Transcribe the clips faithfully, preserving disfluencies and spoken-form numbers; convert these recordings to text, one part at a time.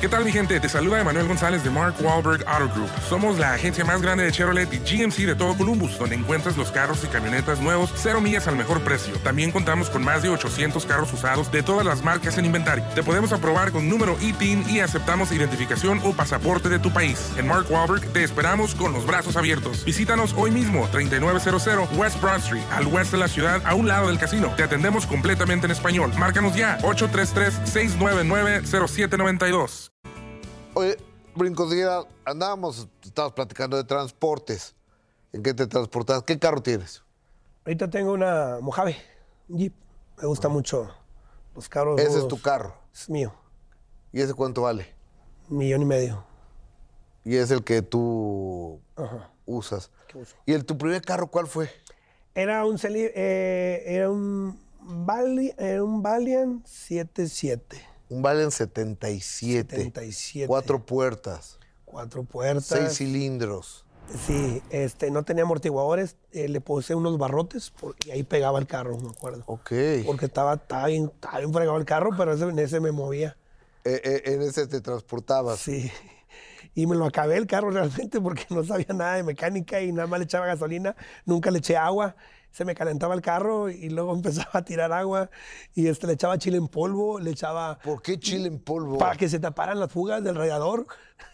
¿Qué tal, mi gente? Te saluda Emanuel González de Mark Wahlberg Auto Group. Somos la agencia más grande de Chevrolet y G M C de todo Columbus, donde encuentras los carros y camionetas nuevos, cero millas al mejor precio. También contamos con más de ochocientos carros usados de todas las marcas en inventario. Te podemos aprobar con número I T I N y aceptamos identificación o pasaporte de tu país. En Mark Wahlberg te esperamos con los brazos abiertos. Visítanos hoy mismo, treinta y nueve cero cero West Broad Street, al oeste de la ciudad, a un lado del casino. Te atendemos completamente en español. Márcanos ya, ocho tres tres, seis nueve nueve, cero siete nueve dos. Oye, Brincos Dieras, andábamos, estábamos platicando de transportes. ¿En qué te transportas? ¿Qué carro tienes? Ahorita tengo una Mojave, un Jeep. Me gusta ah. mucho los carros. ¿Ese es tu carro? Es mío. ¿Y ese cuánto vale? Un millón y medio. ¿Y es el que tú Ajá. usas? ¿Qué uso? ¿Y el, tu primer carro cuál fue? Era un, eh, era un, Vali, era un Valiant setenta y siete. Un Valiant setenta y siete. setenta y siete. Cuatro puertas. Cuatro puertas. Seis cilindros. Sí, este, no tenía amortiguadores, eh, le puse unos barrotes por, y ahí pegaba el carro, me acuerdo. Ok. Porque estaba, estaba, bien, estaba bien fregado el carro, pero ese, en ese me movía. Eh, eh, en ese te transportabas. Sí. Y me lo acabé el carro realmente porque no sabía nada de mecánica y nada más le echaba gasolina, nunca le eché agua. Se me calentaba el carro y luego empezaba a tirar agua y este, le echaba chile en polvo, le echaba... ¿Por qué chile en polvo? Para que se taparan las fugas del radiador.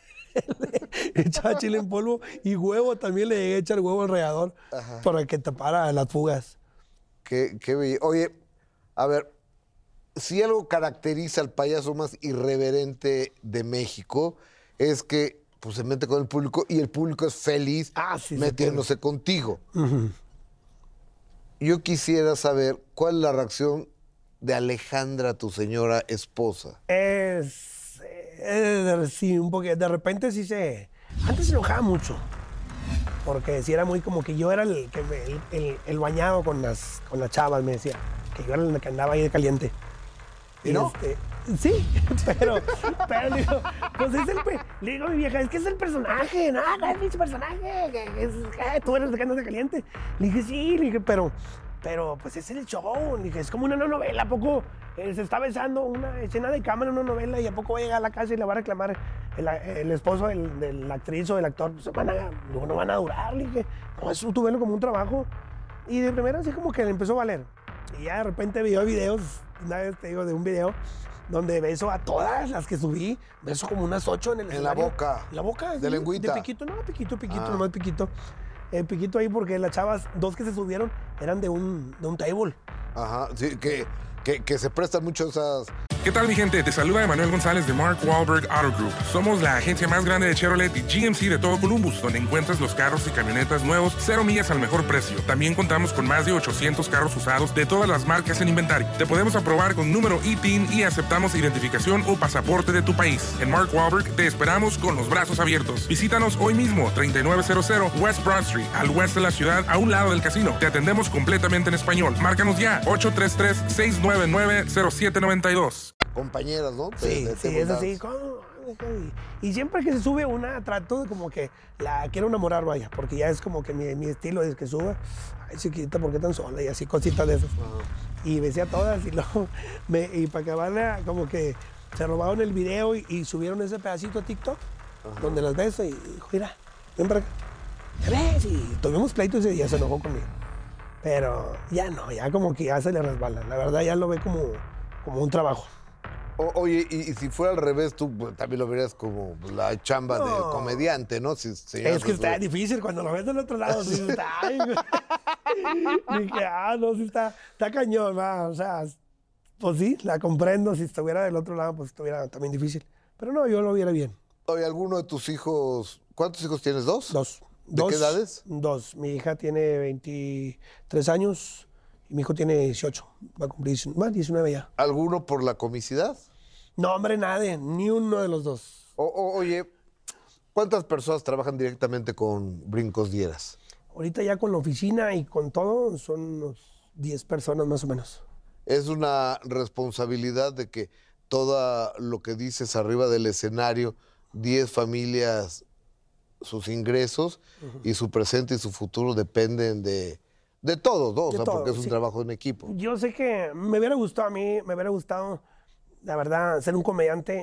Le echaba chile en polvo y huevo, también le llegué a echar huevo al radiador Ajá. para que tapara las fugas. Qué, qué bello. Oye, a ver, si algo caracteriza al payaso más irreverente de México es que pues, se mete con el público y el público es feliz ah, sí, metiéndose contigo. Uh-huh. Yo quisiera saber cuál es la reacción de Alejandra, tu señora esposa. Es, es sí, un poquito. De repente sí se... Antes se enojaba mucho, porque sí era muy como que yo era el, que me, el, el, el bañado con las, con las chavas, me decía, que yo era el que andaba ahí de caliente. ¿Y, ¿Y no? Este, sí, pero, pero le digo, pues es el, le digo a mi vieja, es que es el personaje, no, no es mi personaje, que es, que tú eres el que andas de caliente. Le dije, sí, le dije, pero, pero, pues es el show, le dije, es como una novela, ¿a poco eh, se está besando una escena de cámara en una novela y a poco va a llegar a la casa y le va a reclamar el, el esposo del, de la actriz o del actor? Pues van a, no, no van a durar, le dije, no, eso tú velo como un trabajo. Y de primera así como que le empezó a valer. Y ya de repente vio videos, una vez te digo, de un video donde beso a todas las que subí, beso como unas ocho en el En la boca. En la boca. De lengüita. De piquito, no, piquito, piquito, ah. nomás piquito. El piquito ahí porque las chavas, dos que se subieron, eran de un, de un table. Ajá, sí, que, que, que se prestan mucho esas... ¿Qué tal, mi gente? Te saluda Emanuel González de Mark Wahlberg Auto Group. Somos la agencia más grande de Chevrolet y G M C de todo Columbus, donde encuentras los carros y camionetas nuevos, cero millas al mejor precio. También contamos con más de ochocientos carros usados de todas las marcas en inventario. Te podemos aprobar con número I T I N y aceptamos identificación o pasaporte de tu país. En Mark Wahlberg te esperamos con los brazos abiertos. Visítanos hoy mismo, treinta y nueve cero cero West Broad Street, al oeste de la ciudad, a un lado del casino. Te atendemos completamente en español. Márcanos ya, ocho tres tres, seis nueve nueve, cero siete nueve dos. Compañeras, ¿no? Sí, de, de sí, es así. Y, y siempre que se sube una, trato de como que la quiero enamorar, vaya, porque ya es como que mi, mi estilo es que suba. Ay, chiquita, ¿por qué tan sola? Y así, cositas de esas. Uh-huh. Y besé a todas y luego, me, y para acabarla, como que se robaron el video y, y subieron ese pedacito a TikTok, uh-huh. donde las beso y dijo, mira, ven para acá. ¿Qué ves? Y tuvimos pleitos y ya se enojó conmigo. Pero ya no, ya como que ya se le resbala. La verdad ya lo ve como, como un trabajo. O, oye, y, y si fuera al revés, tú pues, también lo verías como la chamba no. de comediante, ¿no? Si, si es que está difícil cuando lo ves del otro lado. Sí, está, ay, dije, ah, no, sí está, está cañón, va. O sea, pues sí, la comprendo. Si estuviera del otro lado, pues estuviera también difícil. Pero no, yo lo viera bien. Oye, ¿alguno de tus hijos, cuántos hijos tienes? ¿Dos? Dos. ¿De dos, qué edades? Dos. Mi hija tiene veintitrés años y mi hijo tiene dieciocho. Va a cumplir diecinueve ya. ¿Alguno por la comicidad? No, hombre, nadie. Ni uno de los dos. O, o, oye, ¿cuántas personas trabajan directamente con Brincos Dieras? Ahorita ya con la oficina y con todo son unos diez personas más o menos. Es una responsabilidad de que todo lo que dices arriba del escenario, diez familias, sus ingresos uh-huh. y su presente y su futuro dependen de, de todos, ¿no? O sea, todo, porque es un sí. trabajo en equipo. Yo sé que me hubiera gustado a mí, me hubiera gustado, la verdad, ser un comediante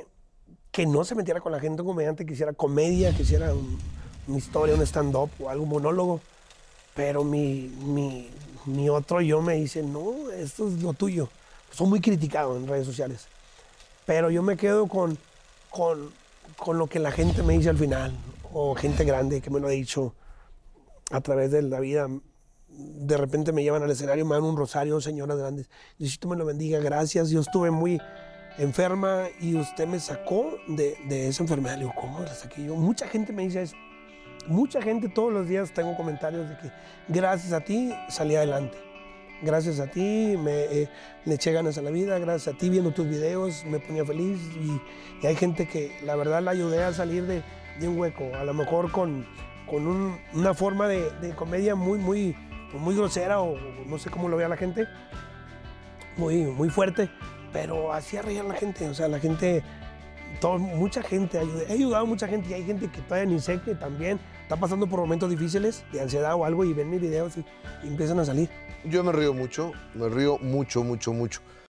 que no se metiera con la gente, un comediante que hiciera comedia, que hiciera un- una historia, un stand-up o algo, monólogo. Pero mi, mi, mi otro yo me dice, no, esto es lo tuyo. Soy muy criticado en redes sociales. Pero yo me quedo con, con, con lo que la gente me dice al final, o gente grande que me lo ha dicho a través de la vida. De repente me llevan al escenario, me dan un rosario, señoras grandes. Diosito me lo bendiga, gracias. Yo estuve muy enferma y usted me sacó de, de esa enfermedad. Le digo, ¿cómo la saqué yo? Mucha gente me dice eso. Mucha gente, todos los días tengo comentarios de que gracias a ti salí adelante. Gracias a ti me, eh, le eché ganas a la vida, gracias a ti viendo tus videos me ponía feliz y, y hay gente que la verdad la ayudé a salir de, de un hueco, a lo mejor con, con un- una forma de, de comedia muy, muy, muy grosera o no sé cómo lo vea la gente, muy, muy fuerte, pero hacía reír a la gente, o sea, la gente, todo- mucha gente, ayudé- he ayudado a mucha gente y hay gente que todavía ni sé que también está pasando por momentos difíciles de ansiedad o algo y ven mis videos y, y empiezan a salir. Yo me río mucho, me río mucho, mucho, mucho.